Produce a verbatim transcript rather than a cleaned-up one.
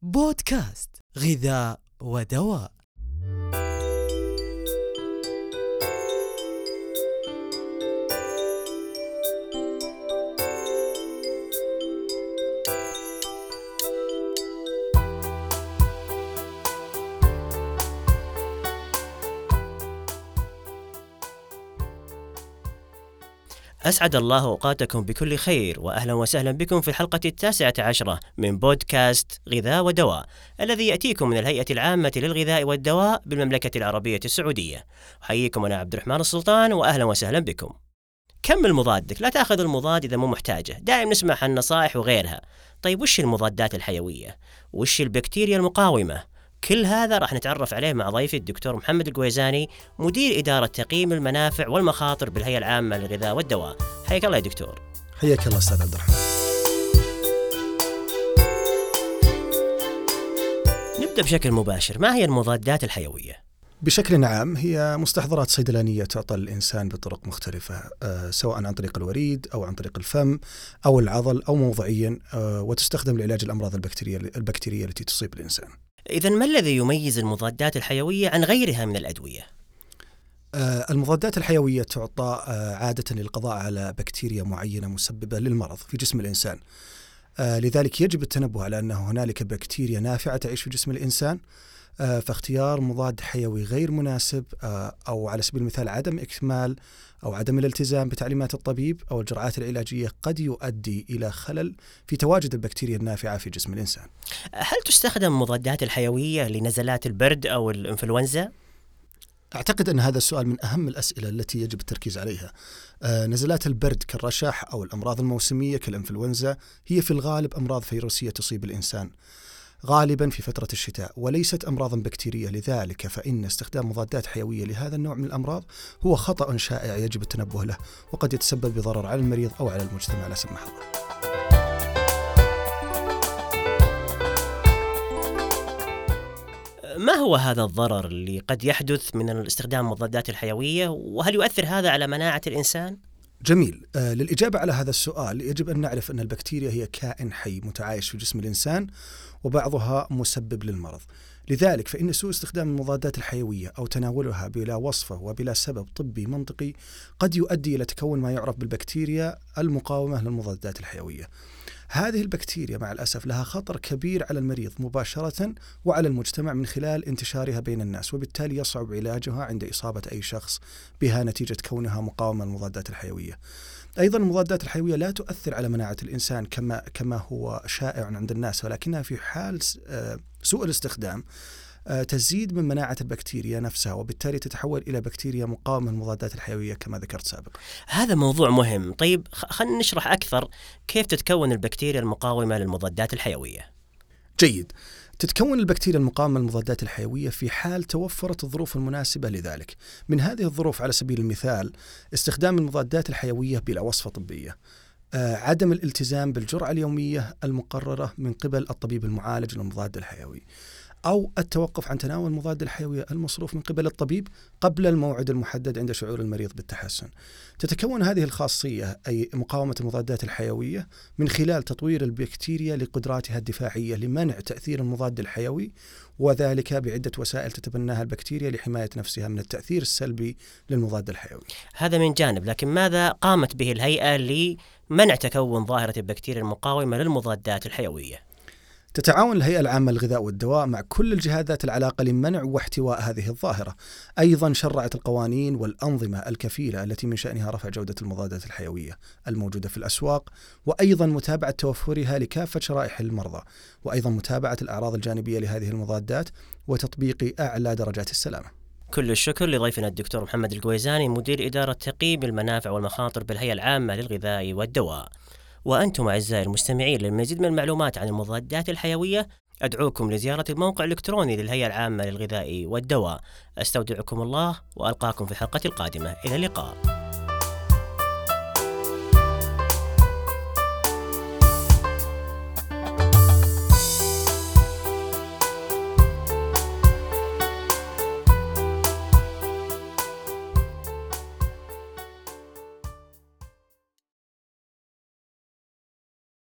بودكاست غذاء ودواء. أسعد الله أوقاتكم بكل خير، وأهلا وسهلا بكم في الحلقة التاسعة عشرة من بودكاست غذاء ودواء الذي يأتيكم من الهيئة العامة للغذاء والدواء بالمملكة العربية السعودية. أحييكم أنا عبد الرحمن السلطان، وأهلا وسهلا بكم. كمل مضادك، لا تأخذ المضاد إذا مو محتاجه. دائما نسمع عن النصائح وغيرها. طيب وش المضادات الحيوية؟ وش البكتيريا المقاومة؟ كل هذا راح نتعرف عليه مع ضيفي الدكتور محمد القويزاني، مدير إدارة تقييم المنافع والمخاطر بالهيئة العامة للغذاء والدواء. حياك الله يا دكتور. حياك الله أستاذ عبد الرحمن. نبدأ بشكل مباشر، ما هي المضادات الحيوية؟ بشكل عام هي مستحضرات صيدلانية تعطى الإنسان بطرق مختلفة، أه سواء عن طريق الوريد أو عن طريق الفم أو العضل أو موضعيا، أه وتستخدم لعلاج الأمراض البكتيرية البكتيرية التي تصيب الإنسان. إذن ما الذي يميز المضادات الحيوية عن غيرها من الأدوية؟ آه المضادات الحيوية تعطى آه عادة للقضاء على بكتيريا معينة مسببة للمرض في جسم الإنسان. آه لذلك يجب التنبه على أن هنالك بكتيريا نافعة تعيش في جسم الإنسان، آه فاختيار مضاد حيوي غير مناسب آه أو على سبيل المثال عدم إكمال أو عدم الالتزام بتعليمات الطبيب أو الجرعات العلاجية قد يؤدي إلى خلل في تواجد البكتيريا النافعة في جسم الإنسان. هل تستخدم مضادات الحيوية لنزلات البرد أو الإنفلونزا؟ أعتقد أن هذا السؤال من أهم الأسئلة التي يجب التركيز عليها. آه نزلات البرد كالرشح أو الأمراض الموسمية كالإنفلونزا هي في الغالب أمراض فيروسية تصيب الإنسان غالبا في فترة الشتاء وليست أمراضا بكتيرية، لذلك فإن استخدام مضادات حيوية لهذا النوع من الأمراض هو خطأ شائع يجب التنبه له، وقد يتسبب بضرر على المريض أو على المجتمع لا سمح الله. ما هو هذا الضرر اللي قد يحدث من استخدام المضادات الحيوية، وهل يؤثر هذا على مناعة الإنسان؟ جميل. آه للإجابة على هذا السؤال يجب أن نعرف أن البكتيريا هي كائن حي متعايش في جسم الإنسان وبعضها مسبب للمرض، لذلك فإن سوء استخدام المضادات الحيوية أو تناولها بلا وصفة وبلا سبب طبي منطقي قد يؤدي إلى تكون ما يعرف بالبكتيريا المقاومة للمضادات الحيوية. هذه البكتيريا مع الأسف لها خطر كبير على المريض مباشرة وعلى المجتمع من خلال انتشارها بين الناس، وبالتالي يصعب علاجها عند إصابة أي شخص بها نتيجة كونها مقاومة للمضادات الحيوية. أيضا المضادات الحيوية لا تؤثر على مناعة الإنسان كما كما هو شائع عند الناس، ولكنها في حال سوء الاستخدام تزيد من مناعة البكتيريا نفسها، وبالتالي تتحول إلى بكتيريا مقاومة للمضادات الحيوية كما ذكرت سابقا. هذا موضوع مهم. طيب خلينا نشرح أكثر كيف تتكون البكتيريا المقاومة للمضادات الحيوية. جيد. تتكون البكتيريا المقاومة للمضادات الحيوية في حال توفرت الظروف المناسبة لذلك. من هذه الظروف على سبيل المثال استخدام المضادات الحيوية بلا وصفة طبية، آه عدم الالتزام بالجرعة اليومية المقررة من قبل الطبيب المعالج للمضاد الحيوي، أو التوقف عن تناول المضاد الحيوي المصروف من قبل الطبيب قبل الموعد المحدد عند شعور المريض بالتحسن. تتكون هذه الخاصية أي مقاومة المضادات الحيوية من خلال تطوير البكتيريا لقدراتها الدفاعية لمنع تأثير المضاد الحيوي، وذلك بعدة وسائل تتبناها البكتيريا لحماية نفسها من التأثير السلبي للمضاد الحيوي. هذا من جانب، لكن ماذا قامت به الهيئة لمنع تكون ظاهرة البكتيريا المقاومة للمضادات الحيوية؟ تتعاون الهيئة العامة للغذاء والدواء مع كل الجهات ذات العلاقة لمنع واحتواء هذه الظاهرة. أيضا شرعت القوانين والأنظمة الكفيلة التي من شأنها رفع جودة المضادات الحيوية الموجودة في الأسواق، وأيضا متابعة توفرها لكافة شرائح المرضى، وأيضا متابعة الأعراض الجانبية لهذه المضادات وتطبيق أعلى درجات السلامة. كل الشكر لضيفنا الدكتور محمد القويزاني، مدير إدارة تقييم المنافع والمخاطر بالهيئة العامة للغذاء والدواء. وأنتم أعزائي المستمعين، للمزيد من المعلومات عن المضادات الحيوية أدعوكم لزيارة الموقع الإلكتروني للهيئة العامة للغذاء والدواء. أستودعكم الله وألقاكم في الحلقة القادمة. إلى اللقاء.